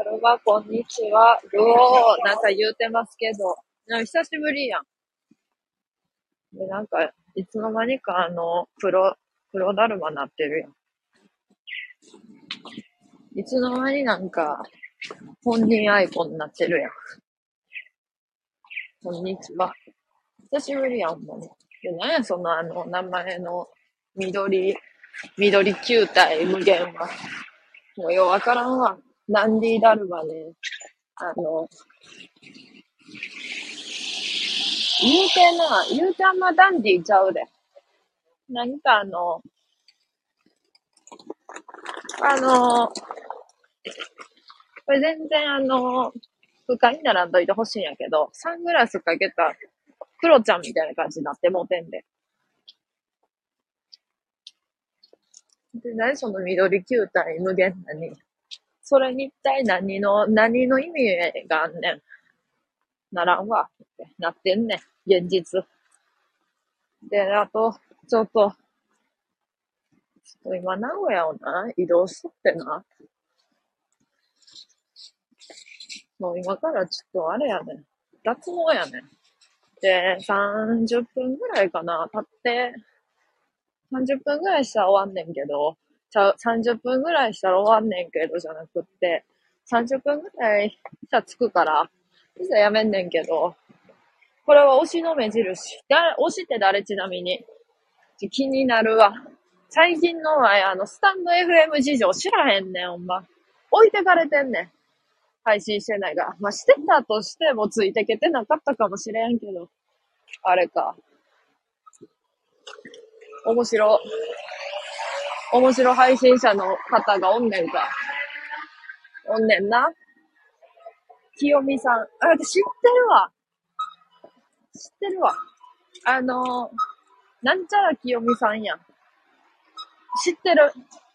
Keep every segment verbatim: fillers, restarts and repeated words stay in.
るは、こんにちは。ぐおー、なんか言うてますけど。なんか久しぶりやん。で、なんか、いつの間にかあの、黒、黒だるまなってるやん。いつの間になんか、本人アイコンになってるやん。こんにちは。久しぶりやん、ほんまに。で、なんや、そのあの、名前の、緑、緑球体無限は。もうようわからんわ。ダンディだるまね。あの、言うてな、言うてあんまダンディちゃうで。なんかあの、あの、これ全然あの、不快にならんといてほしいんやけど、サングラスかけたクロちゃんみたいな感じになってもうてんで。で、何その緑球体無限何それに一体何の、何の意味があんねん。ならんわ。ってなってんねん。現実。で、あと、ちょっと、ちょっと今名古屋をな、移動しとってな。もう今からちょっとあれやねん。脱毛やねん。で、さんじゅっぷんぐらいかな、経って、さんじゅっぷんぐらいしたら終わんねんけど、ちゃう、さんじゅっぷんぐらいしたら終わんねんけどじゃなくって、さんじゅっぷんぐらいしたら着くから、いざやめんねんけど、これは推しの目印。誰、推しって誰ちなみに。気になるわ。最近のは、あの、スタンド エフエム 事情知らへんねん、ほんま。置いてかれてんねん。配信してないから。まあ、してたとしてもついてけてなかったかもしれんけど。あれか。面白、面白配信者の方がおんねんか。おんねんな。清美さん。あ、私知ってるわ。知ってるわ。あのー、なんちゃら清美さんやん。知ってる。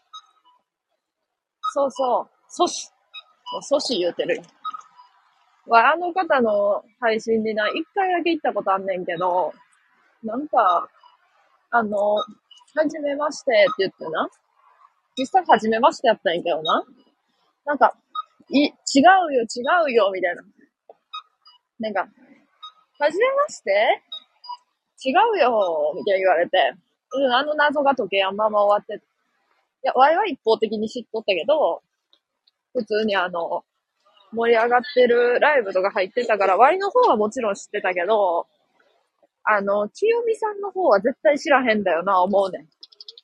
そうそう。阻止。阻止言うてる。わ、あの方の配信にな、一回だけ行ったことあんねんけど、なんか、あの、はじめましてって言ってな。実際はじめましてやったんやけどな。なんか、い、違うよ、違うよ、みたいな。なんか、はじめまして違うよ、みたいに言われて、うん、あの謎が解けやんまま終わって、いや、ワイは一方的に知っとったけど、普通にあの、盛り上がってるライブとか入ってたから、ワイの方はもちろん知ってたけど、あの、清美さんの方は絶対知らへんだよな、思うねん。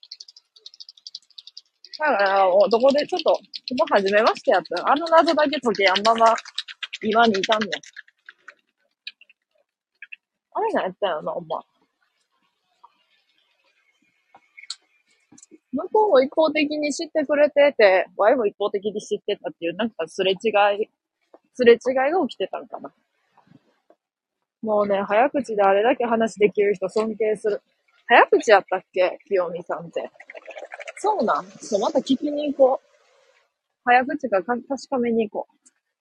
だから、もうどこでちょっと、ここ初めましてやったあの謎だけ解けやんまま、今にいたんねん。あれなんやったよな、お前。向こうも一方的に知ってくれてて、ワイも一方的に知ってたっていう、なんかすれ違い、すれ違いが起きてたんかな。もうね、早口であれだけ話できる人尊敬する。早口やったっけ清美さんって。そうなんちょっとまた聞きに行こう。早口か確かめに行こ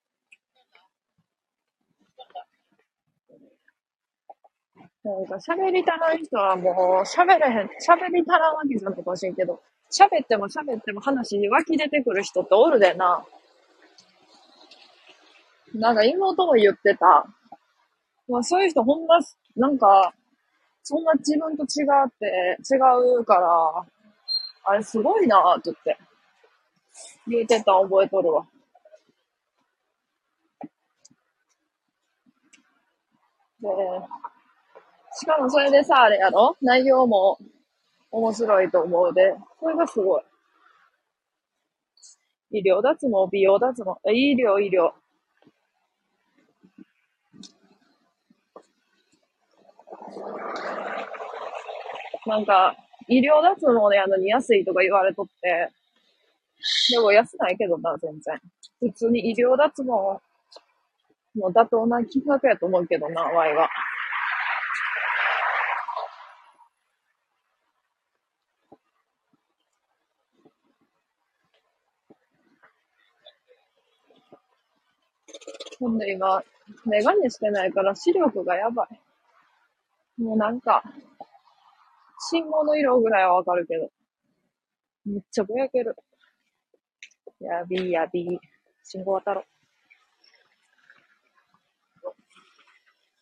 う。なんか喋り足らん人はもう喋れへん。喋り足らんわけじゃないかもしれんけど、喋っても喋っても話に湧き出てくる人っておるでな。なんか妹も言ってた。まあそういう人ほんま、なんか、そんな自分と違って、違うから、あれすごいなぁって言って、言ってた覚えとるわ。で、しかもそれでさ、あれやろ内容も面白いと思うで、それがすごい。医療脱毛、美容脱毛、え医療、医療。なんか、医療脱毛やのに安いとか言われとって、でも安ないけどな、全然。普通に医療脱毛も妥当な金額やと思うけどな、ワイは。ほんで今、メガネしてないから視力がやばい。もうなんか、信号の色ぐらいはわかるけど、めっちゃぼやける。やびーやびー。信号渡ろう。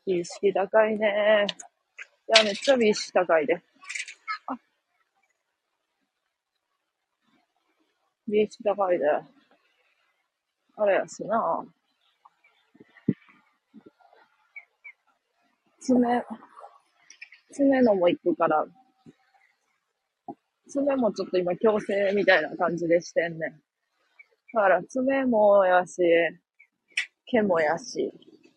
美意識高いね。いや、めっちゃ美意識高いで。あ、美意識高いで。あれやしな。爪、爪のも行くから、爪もちょっと今矯正みたいな感じでしてんねん。だから爪もやし、毛もやし。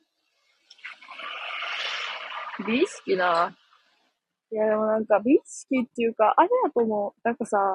美意識な。いやでもなんか美意識っていうか、あれやと思う。なんかさ、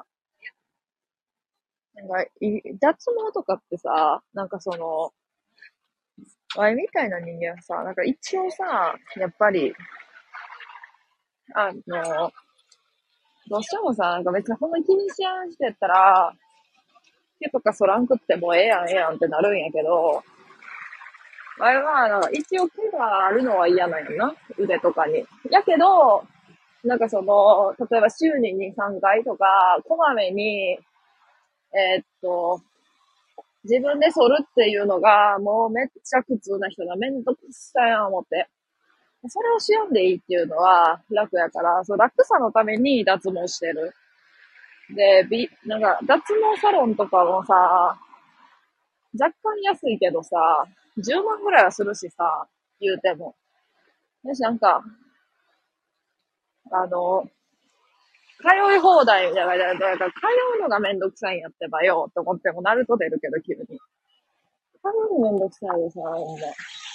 なんかい脱毛とかってさ、なんかその、あれみたいな人間はさ、なんか一応さ、やっぱり、あの、どうしてもさ、なんか別にほんまに気にしやんしてやったら、毛とかそらんくってもうええやんええやんってなるんやけど、あれは、なんか一応毛があるのは嫌なんやな。腕とかに。やけど、なんかその、例えば週にに、さんかいとか、こまめに、えーっと、自分で剃るっていうのが、もうめっちゃ苦痛な人がめんどくさいな思って。それをしやんでいいっていうのは楽やから、そう楽さのために脱毛してる。で、び、なんか、脱毛サロンとかもさ、若干安いけどさ、じゅうまんぐらいはするしさ、言うても。よし、なんか、あの、通い放題みたいな、だから通うのがめんどくさいんやってばよ、と思っても、ナルト出るけど、急に。通うのめんどくさいでさ、ほんで。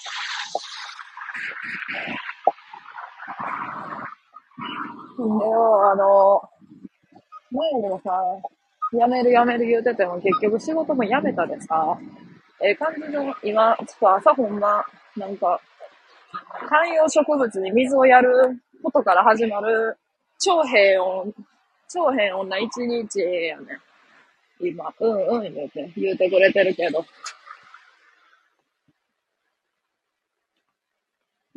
ほんでよ、あの、前にもさ、辞める辞める言うてても、結局仕事も辞めたでさ、ええ感じの、今、ちょっと朝ほんま、なんか、観葉植物に水をやることから始まる、超平穏、超平穏な一日やね。今、うんうん言うて、言うてくれてるけど。うん、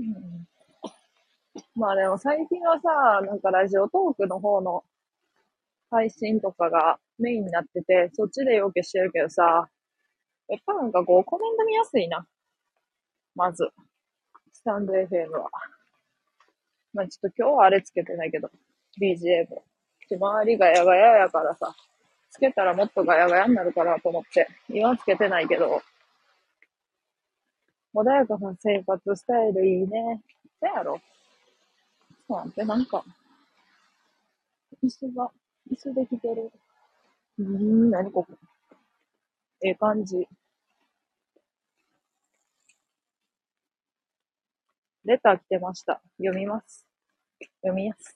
まあでも最近はさ、なんかラジオトークの方の配信とかがメインになってて、そっちで要求してるけどさ、やっぱなんかこうコメント見やすいな。まず、スタンド エフエム は。まあちょっと今日はあれつけてないけど、ビージーエム。周りガヤガヤやからさ、つけたらもっとガヤガヤになるかなと思って、今つけてないけど、穏やかな生活スタイルいいね。そやろ。そうなんてなんか、椅子が、椅子できてる。うーん、なにここ。ええ感じ。レター来てました。読みます。読みます。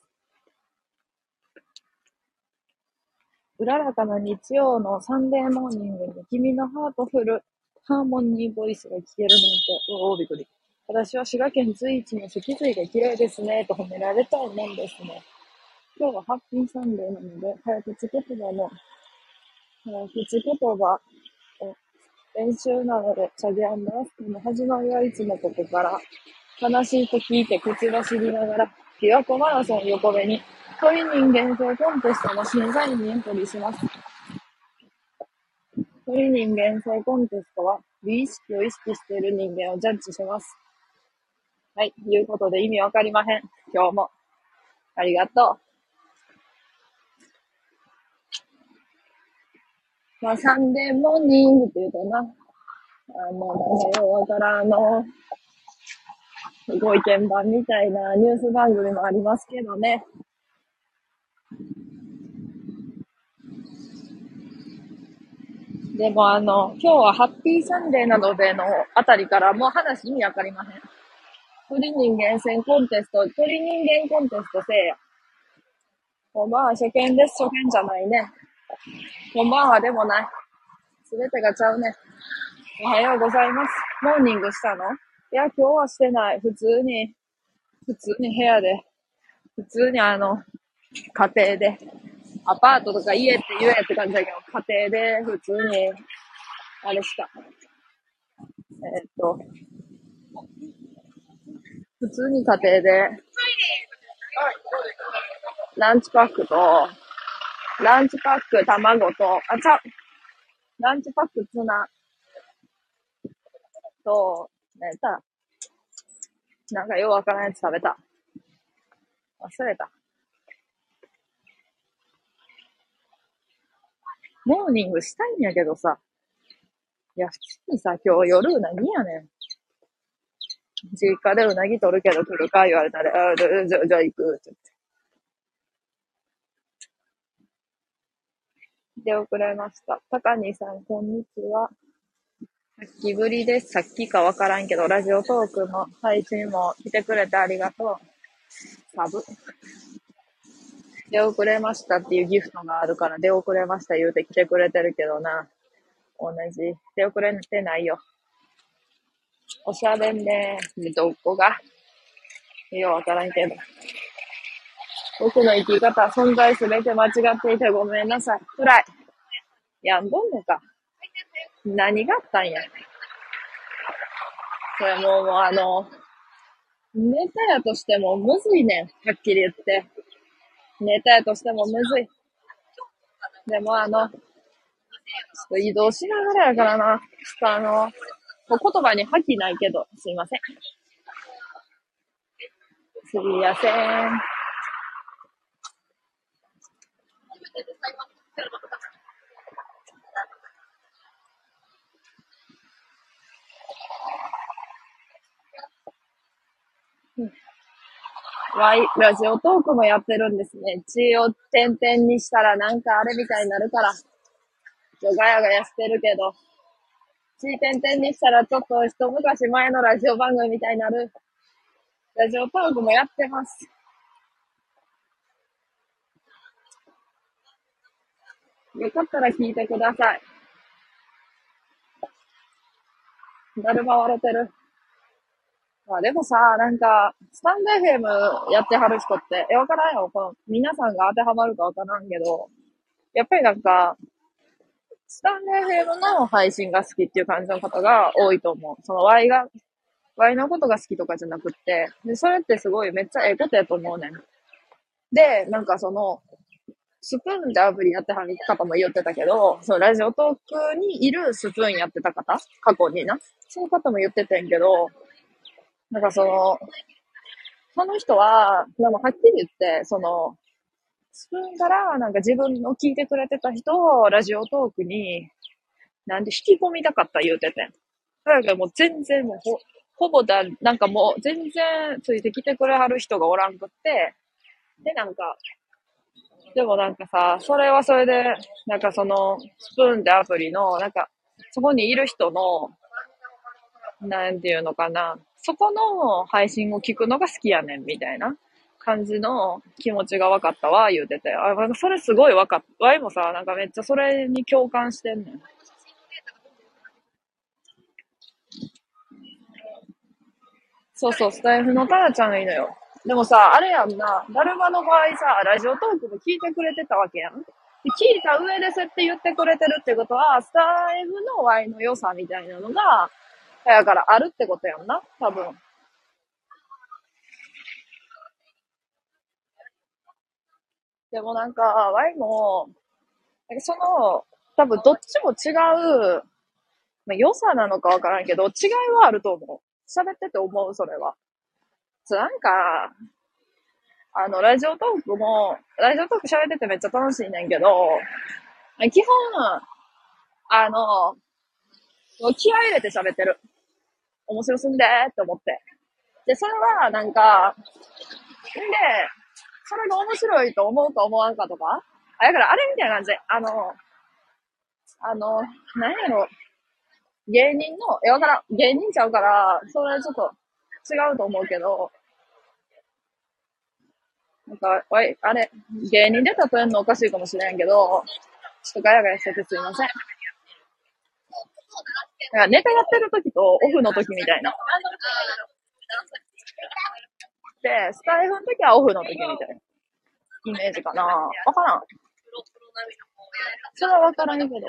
うららかな日曜のサンデーモーニングに君のハートフルハーモニーボイスが聞けるなんて、おお、びっくり。私は滋賀県随一の脊髄が綺麗ですね、と褒められたいもんですね。今日はハッピーサンデーなので、早口言葉の、早口言葉を練習なので、チャゲアンダースクの始まりはいつもここから、悲しいと聞いて口走りながら、琵琶湖マラソン横目に、鳥人間性コンテストの審査員にエントリーします。鳥人間性コンテストは、美意識を意識している人間をジャッジします。はい。いうことで意味わかりまへん。今日も。ありがとう。まあ、サンデーモーニングって言うとな、あの、なんかようわからんの、ご意見番みたいなニュース番組もありますけどね。でもあの、今日はハッピーサンデーなどでのあたりからもう話意味わかりまへん。鳥人間戦コンテスト、鳥人間コンテストせいや。こんばんは、初見です。初見じゃないね。こんばんはでもない。すべてがちゃうね。おはようございます。モーニングしたの？いや、今日はしてない。普通に、普通に部屋で、普通にあの、家庭で、アパートとか家って言えって感じだけど、家庭で普通に、あれした。えーっと、普通に家庭で、ランチパックと、ランチパック卵と、あ、ちゃう、ランチパックツナと、えーっと、 なんかようわからんやつ食べた。忘れた。モーニングしたいんやけどさ。いや、普通にさ、今日夜何やねん。実家でうなぎ取るけど来るか言われたら、あじゃあ、じゃあ、じゃあ行くって言って。出遅れました。高にさん、こんにちは。さっきぶりです。さっきかわからんけど、ラジオトークの配信も来てくれてありがとう。サブ。出遅れましたっていうギフトがあるから、出遅れました言うて来てくれてるけどな。同じ。出遅れてないよ。おしゃべんね。どこがようわからんけど。僕の生き方、存在すべて間違っていてごめんなさい。暗い。やんどんのか。何があったんや。それもう、もうあの、ネタやとしてもむずいねん。はっきり言って。ネタやとしてもむずい。でもあの、ちょっと移動しながらやからな。ちょっとあの、言葉に覇気ないけど、すいません。すみやせん。わい、ラジオトークもやってるんですね。血を点々にしたらなんかあれみたいになるから、ちょガヤガヤしてるけど、血点々にしたらちょっと一昔前のラジオ番組みたいになる。ラジオトークもやってます。よかったら聞いてください。だるま割れてる。まあでもさ、なんか、スタンド エフエム やってはる人って、え、わからんよ。この皆さんが当てはまるかわからんけど、やっぱりなんか、スタンド エフエム の配信が好きっていう感じの方が多いと思う。その Y が、Y のことが好きとかじゃなくって、で、それってすごいめっちゃええことやと思うねん。で、なんかその、スプーンでアプリやってはる方も言ってたけど、そのラジオトークにいるスプーンやってた方、過去にな。そういう方も言ってたんけど、なんかその、その人は、でもはっきり言って、その、スプーンからなんか自分の聞いてくれてた人をラジオトークに、なんで引き込みたかった言うててん。だからもう全然もうほ、ほぼだ、なんかもう全然ついてきてくれはる人がおらんくって、でなんか、でもなんかさ、それはそれで、なんかその、スプーンでアプリの、なんか、そこにいる人の、なんていうのかな、そこの配信を聞くのが好きやねん、みたいな感じの気持ちが分かったわ、言うてて。あ、なんかそれすごい分かった。わいもさ、なんかめっちゃそれに共感してんねん。そうそう、スタイフのタラちゃんがいいのよ。でもさ、あれやんな、だるまの場合さ、ラジオトークも聞いてくれてたわけやん。で聞いた上でそうやって言ってくれてるってことは、スタイフの Y の良さみたいなのが、だからあるってことやんな、多分。でもなんか、Y も、なんかその、多分どっちも違う、まあ、良さなのかわからんけど、違いはあると思う。喋ってて思う、それは。なんか、あの、ラジオトークも、ラジオトーク喋っててめっちゃ楽しいねんけど、基本、あの、もう気合い入れて喋ってる。面白すんでーって思って。で、それはなんか、んで、それが面白いと思うか思わんかとかあ、だからあれみたいな感じ。あの、あの、何やろ、芸人の、え、わからん。芸人ちゃうから、それはちょっと違うと思うけど、なんか、わい、あれ、芸人で例えるのおかしいかもしれんけど、ちょっとガヤガヤしててすいません。なんかネタやってる時とオフの時みたいな。で、スタイフの時はオフの時みたいなイメージかな。わからん。それはわからんけど。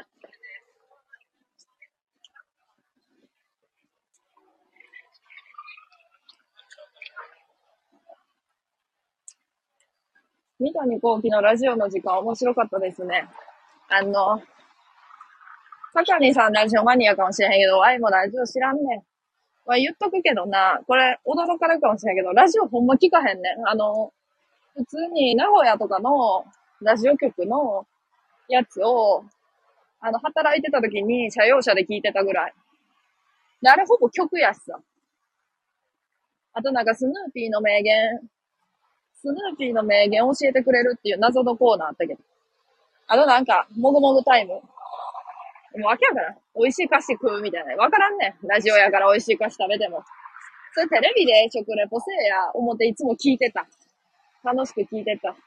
三谷幸喜のラジオの時間面白かったですね。あの、坂谷さんラジオマニアかもしれへんけど、ワイもラジオ知らんねん。 まあ言っとくけどな、これ驚かれるかもしれないけど、ラジオほんま聞かへんねん。あの、普通に名古屋とかのラジオ局のやつを、あの、働いてた時に車用車で聞いてたぐらい。で、あれほぼ曲やしさ。あとなんかスヌーピーの名言、スヌーピーの名言教えてくれるっていう謎のコーナーあったけど。あとなんか、もぐもぐタイム。もうわけやから。美味しい菓子食うみたいな。わからんねん。ラジオやから美味しい菓子食べても。それテレビで食レポせえや、思っていつも聞いてた。楽しく聞いてた。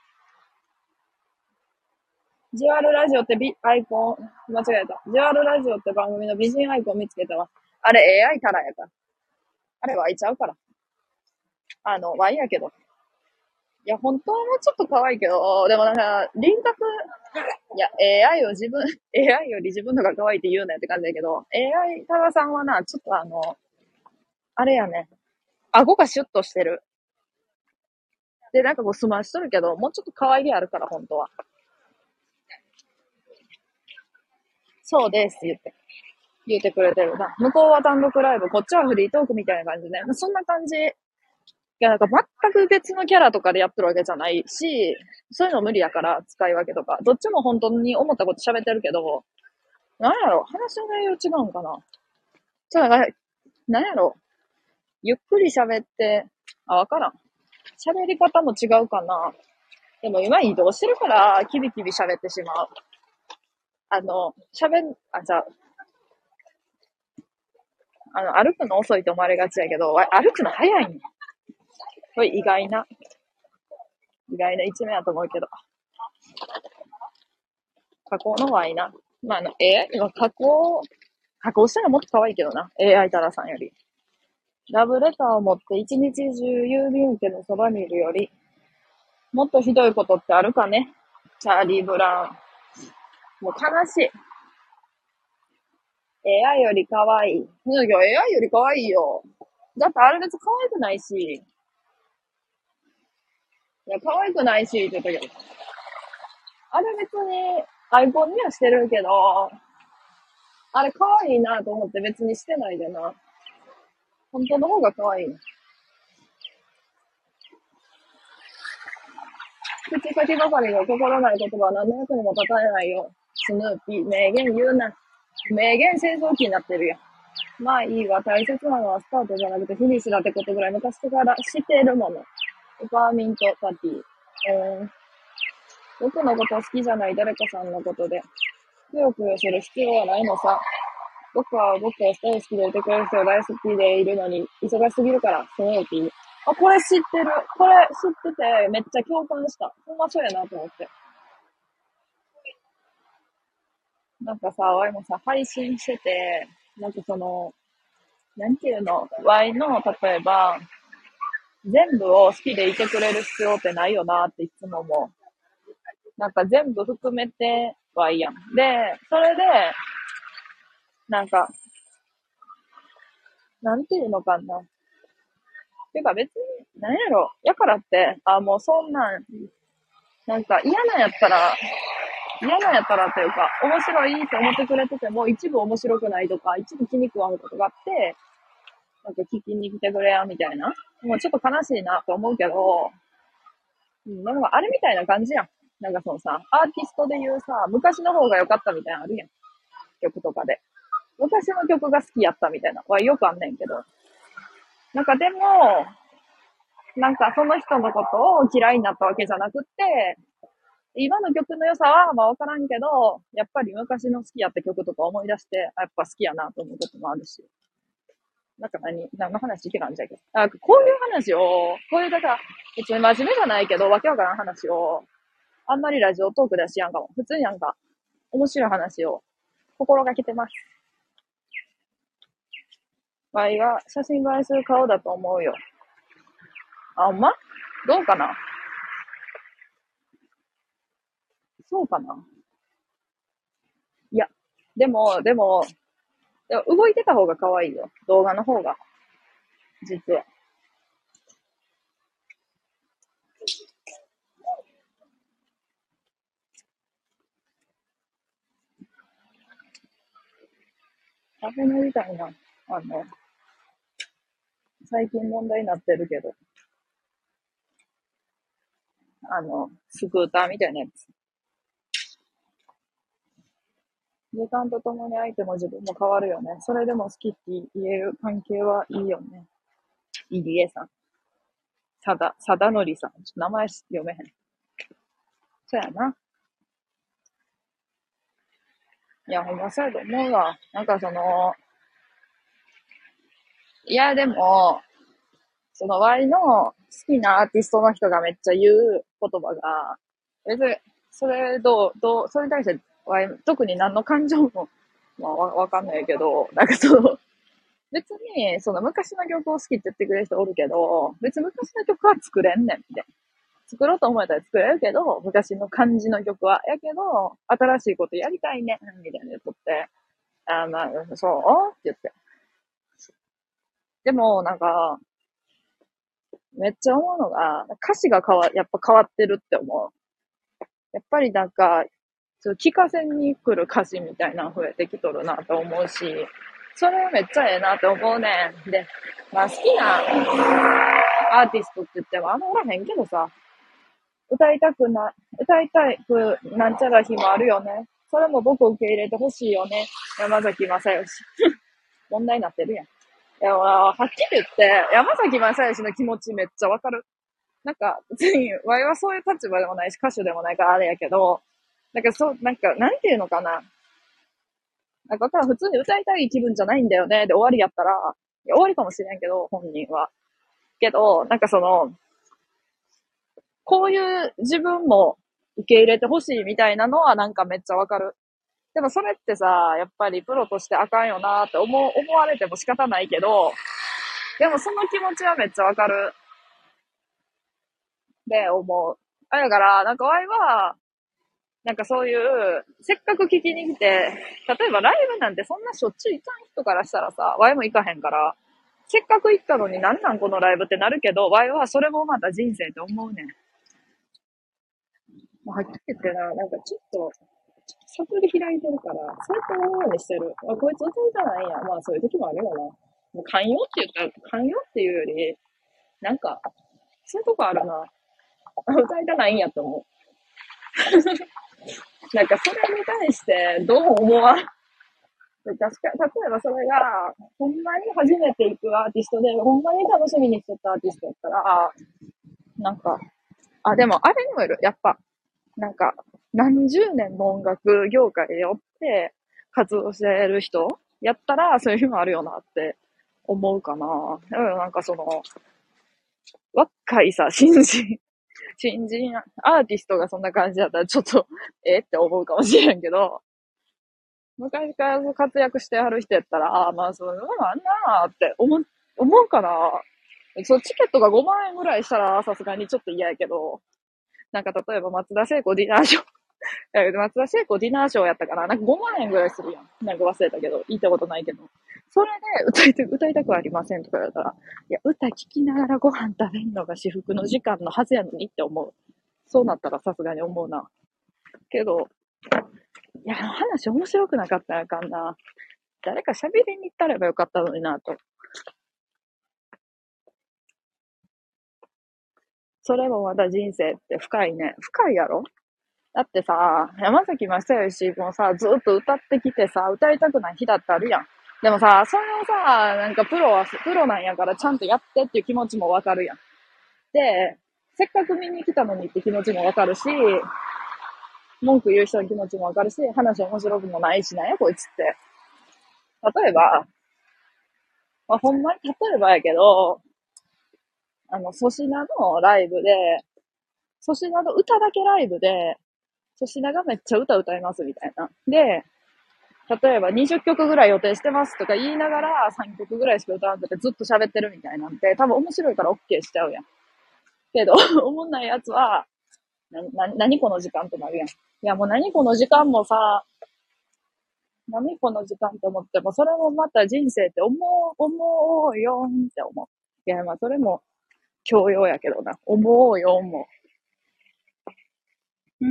ジュアルラジオってビアイコン、間違えた。ジュアルラジオって番組の美人アイコン見つけたわ。あれ エーアイ からやから。あれ湧いちゃうから。あの、ワイやけど。いや、本当はもうちょっと可愛いけど、でもなんか、輪郭、いや、エーアイ を自分、エーアイ より自分のが可愛いって言うなよって感じだけど、エーアイ タワさんはな、ちょっとあの、あれやね、顎がシュッとしてる。で、なんかこうスマしとるけど、もうちょっと可愛げあるから、本当は。そうですって言って。言ってくれてるな。向こうは単独ライブ、こっちはフリートークみたいな感じで、ね。そんな感じ。いや、なんか全く別のキャラとかでやってるわけじゃないし、そういうの無理やから使い分けとか。どっちも本当に思ったこと喋ってるけど、なんやろ話の内容違うんかなちょ、なんか、なんやろゆっくり喋って、あ、わからん。喋り方も違うかな。でも今移動してるから、キビキビ喋ってしまう。あの、喋ん、あ、じゃあ、あの、歩くの遅いと思われがちやけど、歩くの早いん。これ意外な、意外な一面やと思うけど。加工の方がいいな。まあ、あの、エーアイ は加工、加工したらもっと可愛いけどな。エーアイ タラさんより。ラブレターを持って一日中郵便受けのそばにいるより、もっとひどいことってあるかね。チャーリー・ブラウン。もう悲しい。エーアイ より可愛い。いや、エーアイ より可愛いよ。だってあれ別に可愛くないし。いや、可愛くないし、って言ったけど。あれ別にアイコンにはしてるけど、あれ可愛いなと思って別にしてないでな。本当の方が可愛い。口先ばかりの心ない言葉は何の役にも立たないよ。スヌーピー、名言言うな。名言製造機になってるよ。まあいいわ。大切なのはスタートじゃなくてフィニッシュだってことぐらい昔から知っているもの。ペパーミントパティ。うん。僕のことを好きじゃない誰かさんのことで、くよくよする必要はないのさ。僕は僕を大好きでいてくれる人が大好きでいるのに、忙しすぎるから、スヌーピー。あ、これ知ってる。これ知ってて、めっちゃ共感した。ほんまそうやなと思って。なんかさ、ワイもさ、配信してて、なんかその、なんていうの、ワイの、例えば、全部を好きでいてくれる必要ってないよなっていつも思う。なんか全部含めてはいいやん。で、それで、なんか、なんていうのかな。てか別に、なんやろ。やからって、あ、もうそんなん、なんか嫌なんやったら、嫌なんやったらっていうか、面白いって思ってくれてても、一部面白くないとか、一部気に食わんことがあって、なんか聞きに来てくれや、みたいな。もうちょっと悲しいなと思うけど、うん、なんかあれみたいな感じやん。なんかそのさ、アーティストで言うさ、昔の方が良かったみたいなのあるやん。曲とかで。昔の曲が好きやったみたいなはよくあんねんけど。なんかでも、なんかその人のことを嫌いになったわけじゃなくって、今の曲の良さはまあわからんけど、やっぱり昔の好きやった曲とか思い出して、やっぱ好きやなと思うこともあるし。なんか何、何の話って感じだけど。あ、こういう話を、こういう、だから、別に真面目じゃないけど、わけわからん話を、あんまりラジオトークではしやんかも。普通になんか、面白い話を心がけてます。わいが写真映えする顔だと思うよ。あ、ほんまどうかなそうかないや、でも、でも、でも動いてた方が可愛いよ。動画の方が。実は。カフェ乗りたいな。あの、 最近問題になってるけど、あの、スクーターみたいなやつ。時間とともに相手も自分も変わるよね。それでも好きって言える関係はいいよね。入江さん。さだ、さだのりさん。名前読めへん。そうやな。いや、ほんまそうやと思うわ。なんかその、いや、でも、その、ワイの好きなアーティストの人がめっちゃ言う言葉が、別に、それどう、どう、それに対して、ワイ、特に何の感情も、まあ、わ、わかんないけど、なんかその、別に、その昔の曲を好きって言ってくれる人おるけど、別に昔の曲は作れんねんって。作ろうと思えたら作れるけど、昔の感じの曲は。やけど、新しいことやりたいねん、みたいな言っとって、あーまあ、そうって言って。でも、なんか、めっちゃ思うのが、歌詞が変わ、やっぱ変わってるって思う。やっぱりなんか、ちょっと聞かせに来る歌詞みたいなの増えてきとるなと思うし、それめっちゃええなって思うねん。で、まあ好きなアーティストって言ってもあんまおらへんけどさ、歌いたくな、歌いたくなんちゃら日もあるよね。それも僕を受け入れてほしいよね。山崎正義。問題になってるやん。いや、はっきり言って、山崎正義の気持ちめっちゃわかる。なんか、別に、わいはそういう立場でもないし、歌手でもないからあれやけど、なんかそう、なんか、なんていうのかな。なんか、普通に歌いたい気分じゃないんだよね。で終わりやったら、いや終わりかもしれんけど、本人は。けど、なんかその、こういう自分も受け入れてほしいみたいなのはなんかめっちゃわかる。でもそれってさ、やっぱりプロとしてあかんよなって思う、思われても仕方ないけど、でもその気持ちはめっちゃわかるで思う。あだから、なんかワイは、なんかそういう、せっかく聞きに来て、例えばライブなんてそんなしょっちゅう行かん人からしたらさ、ワイも行かへんから、せっかく行ったのになんなんこのライブってなるけど、ワイはそれもまた人生って思うねん。もうはっきり言ってな、なんかちょっと、悟り開いてるから、そうやって思うようにしてる。あ、こいつ歌いたないんや。まあそういう時もあるよな。もう寛容って言ったら、寛容っていうより、なんか、そういうとこあるな。歌いたないんやと思う。なんかそれに対してどう思わん。確か、例えばそれが、ほんまに初めて行くアーティストで、ほんまに楽しみにしてたアーティストやったら、なんか、あ、でもあれにもよる。やっぱ、なんか、何十年も音楽業界でよって活動してる人やったら、そういう日もあるよなって思うかな。うん、なんかその、若いさ、新人、新人アーティストがそんな感じだったらちょっと、えって思うかもしれんけど、昔から活躍してはる人やったら、ああ、まあそういうのもあんなーって思う、思うから、そう、チケットがごまん円ぐらいしたらさすがにちょっと嫌やけど、なんか例えば松田聖子ディナーショー、え松田聖子ディナーショーやったから、なんかごまん円ぐらいするやん。なんか忘れたけど、言ったことないけど。それで歌いた歌いたくありませんとか言われたら、いや、歌聴きながらご飯食べるのが至福の時間のはずやのにって思う。そうなったらさすがに思うな。けど、いや、話面白くなかったらあかんな。誰か喋りに行ったらばよかったのになと。それもまた人生って深いね。深いやろ。だってさ、山崎正義もさ、ずっと歌ってきてさ、歌いたくない日だってあるやん。でもさ、それをさ、なんかプロは、プロなんやからちゃんとやってっていう気持ちもわかるやん。で、せっかく見に来たのにって気持ちもわかるし、文句言う人の気持ちもわかるし、話面白くもないしなんやこいつって。例えば、まあ、ほんまに例えばやけど、あの、粗品のライブで、粗品の歌だけライブで、粗品がめっちゃ歌歌いますみたいな。で、例えばにじゅっきょくぐらい予定してますとか言いながらさんきょくぐらいしか歌わなくてずっと喋ってるみたいなんて多分面白いから OK しちゃうやん。けど、思んないやつは、な、な、何この時間ってなるやん。いやもう何この時間もさ、何この時間って思っても、それもまた人生って思う、思うよんって思う。いやまあそれも教養やけどな。思うよも。うん。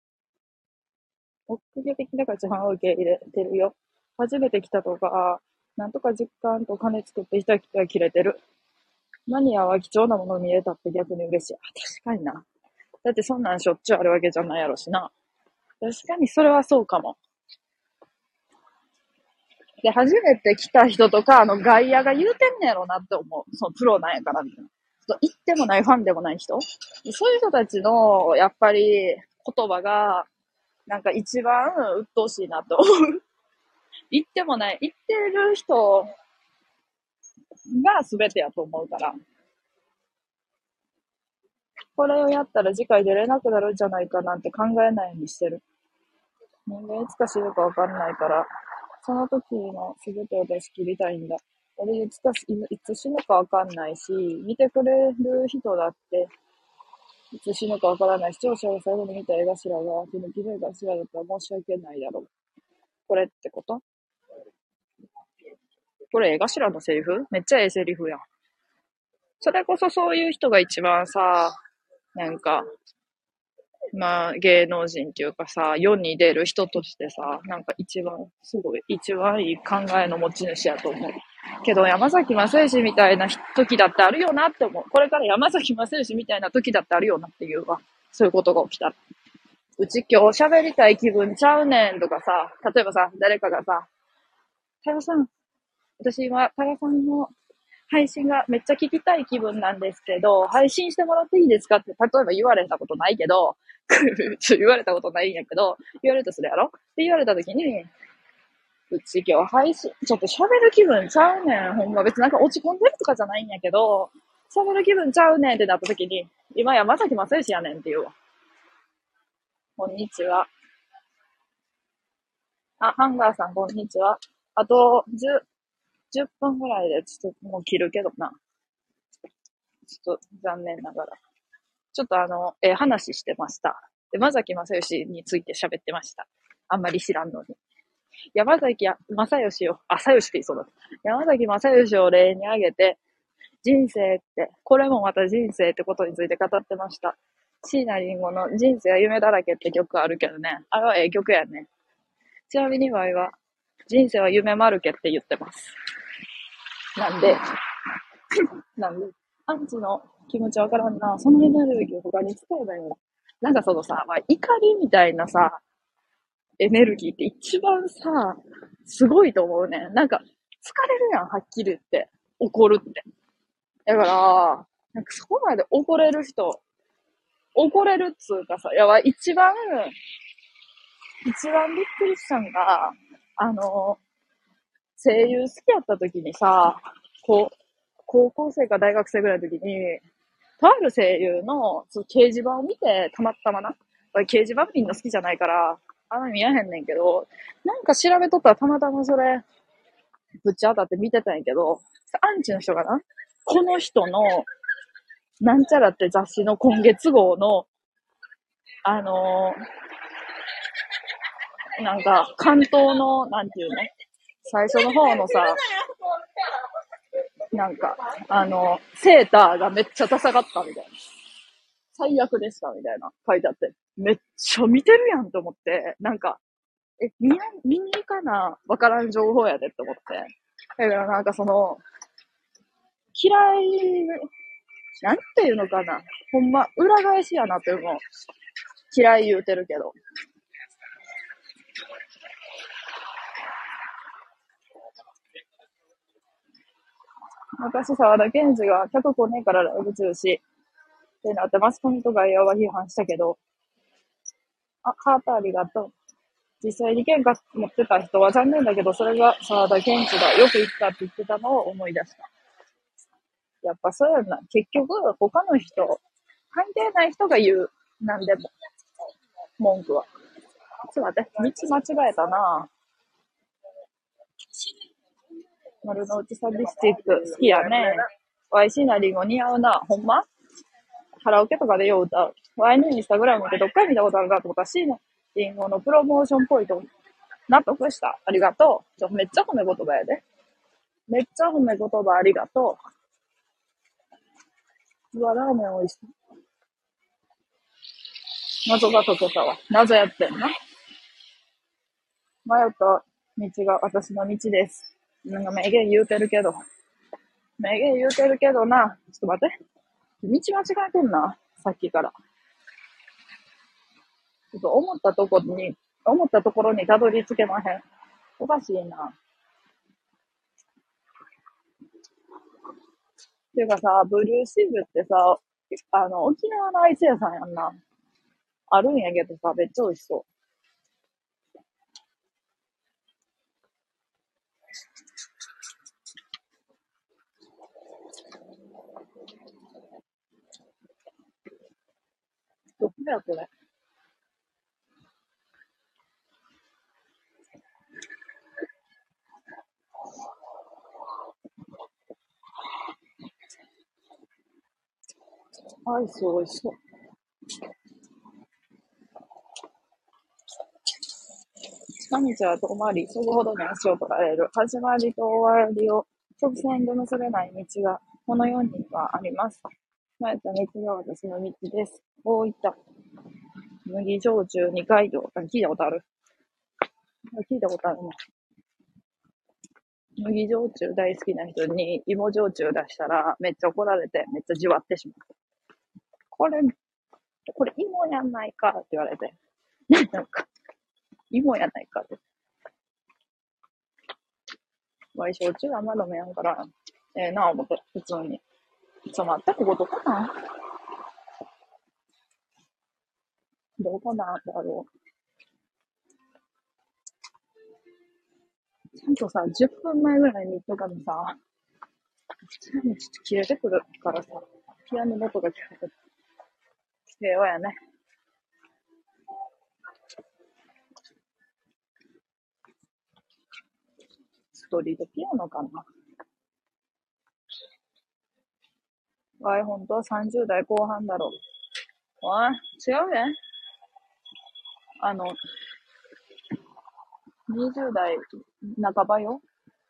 目的だから自分を受け入れてるよ。初めて来たとか、 なんとか時間と金作って人が切れてる。マニアは貴重なもの見えたって逆に嬉しい。あ、確かにな。だってそんなんしょっちゅうあるわけじゃないやろしな。確かにそれはそうかも。で、初めて来た人とか、あの外野が言うてんねやろなって思う。そのプロなんやからみたいな。ちょっと言ってもないファンでもない人。そういう人たちの、やっぱり言葉が、なんか一番鬱陶しいなと思う。言ってもない、言ってる人が全てやと思うから。これをやったら次回出れなくなるんじゃないかなんて考えないようにしてる。人間いつか死ぬかわかんないから、その時の全てを出し切りたいんだ。俺いつか、いつ死ぬかわかんないし、見てくれる人だって、いつ死ぬかわからない視聴者が最後に見た絵頭が、手抜きの絵頭だったら申し訳ないだろう。これってこと？これ絵頭のセリフ？めっちゃええセリフやん。それこそそういう人が一番さ、なんか、まあ芸能人っていうかさ、世に出る人としてさ、なんか一番すごい、一番いい考えの持ち主やと思う。けど山崎正義みたいな時だってあるよなって思う。これから山崎正義みたいな時だってあるよなっていうわ。そういうことが起きたら。うち今日喋りたい気分ちゃうねんとかさ、例えばさ、誰かがさ、タカさん、私今、タカさんの配信がめっちゃ聞きたい気分なんですけど、配信してもらっていいですかって、例えば言われたことないけど、ちょ言われたことないんやけど、言われるとするやろって言われた時に、うち今日配信、ちょっと喋る気分ちゃうねん。ほんま別になんか落ち込んでるとかじゃないんやけど、喋る気分ちゃうねんってなった時に、今山崎正義やねんって言うわ。こんにちは。あ、ハンガーさんこんにちは。あと、じゅう、じゅっぷんぐらいでちょっともう切るけどな。ちょっと残念ながら。ちょっとあの、えー話してました。山崎正義について喋ってました。あんまり知らんのに。山崎正義を、あ、正義って言いそうだ。山崎正義を例に挙げて、人生って、これもまた人生ってことについて語ってました。椎名林檎の人生は夢だらけって曲あるけどね。あれはええ曲やね。ちなみにワイは、人生は夢まるけって言ってます。なんで、なんで、アンチの気持ちわからんな。そのエネルギーを他に使えばよ。なんかそのさ、まあ、怒りみたいなさ、エネルギーって一番さ、すごいと思うね。なんか、疲れるやん、はっきり言って。怒るって。だから、なんかそこまで怒れる人、怒れるっつうかさ、いや、一番、一番びっくりしたんが、あの、声優好きやった時にさ、こう、高校生か大学生ぐらいの時に、とある声優のその掲示板を見て、たまたまな。掲示板見んの好きじゃないから、あんまり見えへんねんけど、なんか調べとったらたまたまそれ、ぶっちゃ当たって見てたんやけど、アンチの人がな、この人の、なんちゃらって雑誌の今月号の、あのー、なんか、関東の、なんていうの最初の方のさ、なんか、あの、セーターがめっちゃダサかったみたいな。最悪でしたみたいな書いてあって、めっちゃ見てるやんと思って、なんか、え、見や、見に行かなわからん情報やでって思って。だからなんかその、嫌い、なんていうのかな。ほんま、裏返しやなっていうの。嫌い言うてるけど。昔、沢田研二が客来ねえからライブ中止ってなってマスコミと外野は批判したけど、あ、ハートありがとう。実際に喧嘩持ってた人は残念だけど、それが沢田研二がよく言ったって言ってたのを思い出した。やっぱそうやな。結局、他の人、関係ない人が言う。なんでも。文句は。ちょっと待って。道間違えたな。丸の内サディスティック。好きやね。ワイシナリンゴ似合うな。ほんまカラオケとかでよう歌う。ワイのインスタグラムってどっかで見たことあるなってことはシーナリンゴのプロモーションっぽいと納得した。ありがとう。ちょめっちゃ褒め言葉やで。めっちゃ褒め言葉ありがとう。うわ、ラーメン美味しい。謎が解けたわ。謎やってんな。迷った道が私の道です。 なんか名言言うてるけど、名言言うてるけどな、ちょっと待って。道間違えてんな、さっきから。ちょっと思ったとこに、思ったところにたどり着けまへん。おかしいな。っていうかさ、ブルーシールってさ、あの、沖縄のアイス屋さんやんな。あるんやけどさ、めっちゃ美味しそう。どこやこれ。アイス美味しそう。近道は遠回り、そぐほどに足を取られる。始まりと終わりを直線で結べない道が、この世にはあります。前た道が私の道です。大分、麦焼酎二階堂。あ聞いたことある聞いたことあるな。麦焼酎大好きな人に芋焼酎出したらめっちゃ怒られてめっちゃじわってしまう。これ、これ芋やんないかって言われて。なんか、芋やないかって。わい焼酎あんま飲めやんから、ええー、なあ思って、普通に。ちょっと待って、ここどこなんどこなんだろう。ちゃんとさ、じゅっぷんまえぐらいに行っとかのさ、ちょっと切れてくるからさ、ピアノの音が聞こえて、平和やね。ストリートピアノかな。わい、ほんとさんじゅう代後半だろう。おい、違うね。あの、にじゅう代半ばよ。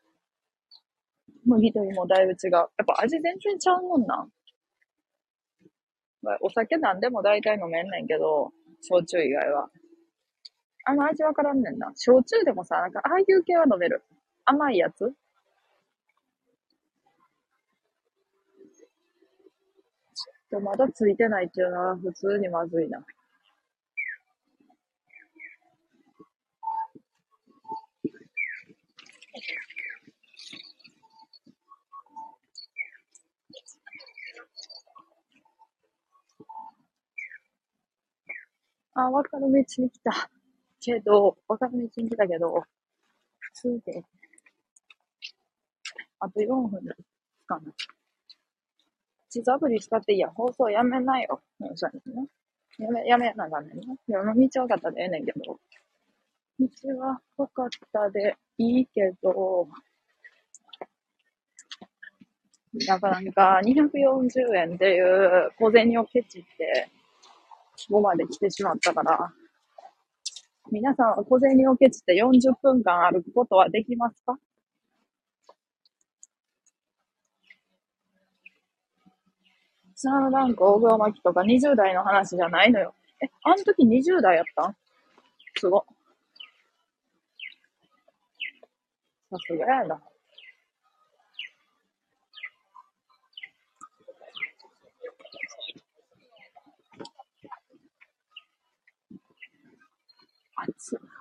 麦ともだいぶ違う。やっぱ味全然ちゃうもんな。お酒なんでも大体飲めんねんけど、焼酎以外は。あの味わからんねんな。焼酎でもさ、なんか、ああいう系は飲める。甘いやつでまだついてないっていうのは普通にまずいな。あ、わかる道に来た。けど、わかる道に来たけど、普通で、あとよんぷんでつかない。地図アプリ使っていいや、放送やめないよ。うん、そうやねんな。やめ、やめなダメね。いや、道わかったでええねんけど。道はわかったでいいけど、なんかなんかにひゃくよんじゅうえんっていう小銭をケチって、ここまで来てしまったから、皆さんは小銭をケチってよんじゅっぷんかん歩くことはできますか？スラムダンク大黒摩季とかにじゅう代の話じゃないのよ。え、あの時にじゅう代やったんすご。さすがやな。熱い。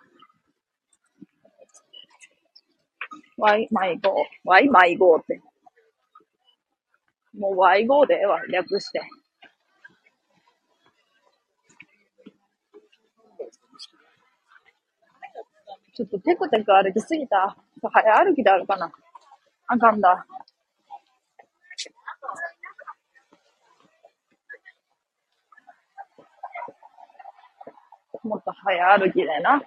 ワイ、マイゴー。ワイ、マイゴーって。もうワイゴーでええわ、略して。ちょっとテクテク歩きすぎた。早歩きであるかな。あかんだ。もっと早歩きでな。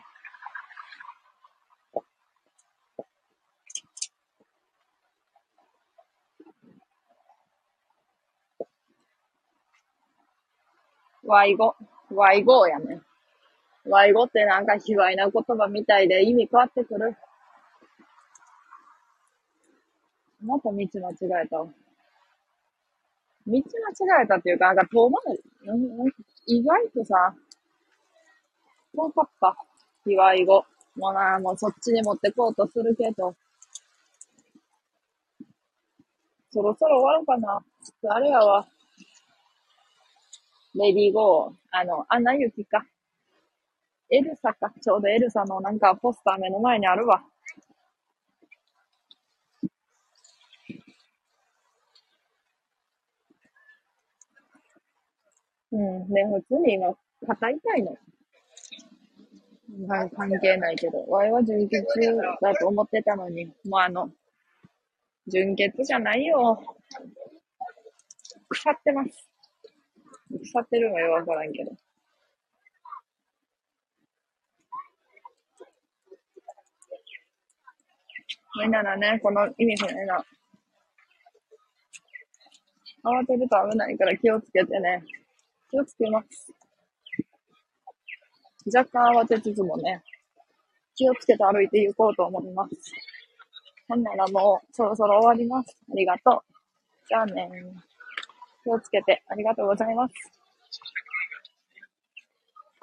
ワイゴ。ワイゴーやねん。ワイ語ってなんか卑猥な言葉みたいで意味変わってくる。また道間違えた。道間違えたっていうか、なんか遠回り、うんうん意外とさ、遠かった。卑猥語。もうな、もうそっちに持ってこうとするけど、 そろそろ終わろうかな。ちょっとあれやわ。レディーゴー。あの、アンナ雪か。エルサか。ちょうどエルサのなんかポスター目の前にあるわ。うん。ね、普通に今、肩痛いの。はい、関係ないけど。ワイは純血だと思ってたのに。もうあの、純血じゃないよ。腐ってます。腐ってるのよ、わからんけど。みんなだね、この意味不明な。慌てると危ないから気をつけてね。気をつけます。若干慌てつつもね、気をつけて歩いていこうと思います。ほんならもうそろそろ終わります。ありがとう。じゃあね。気をつけてありがとうございます。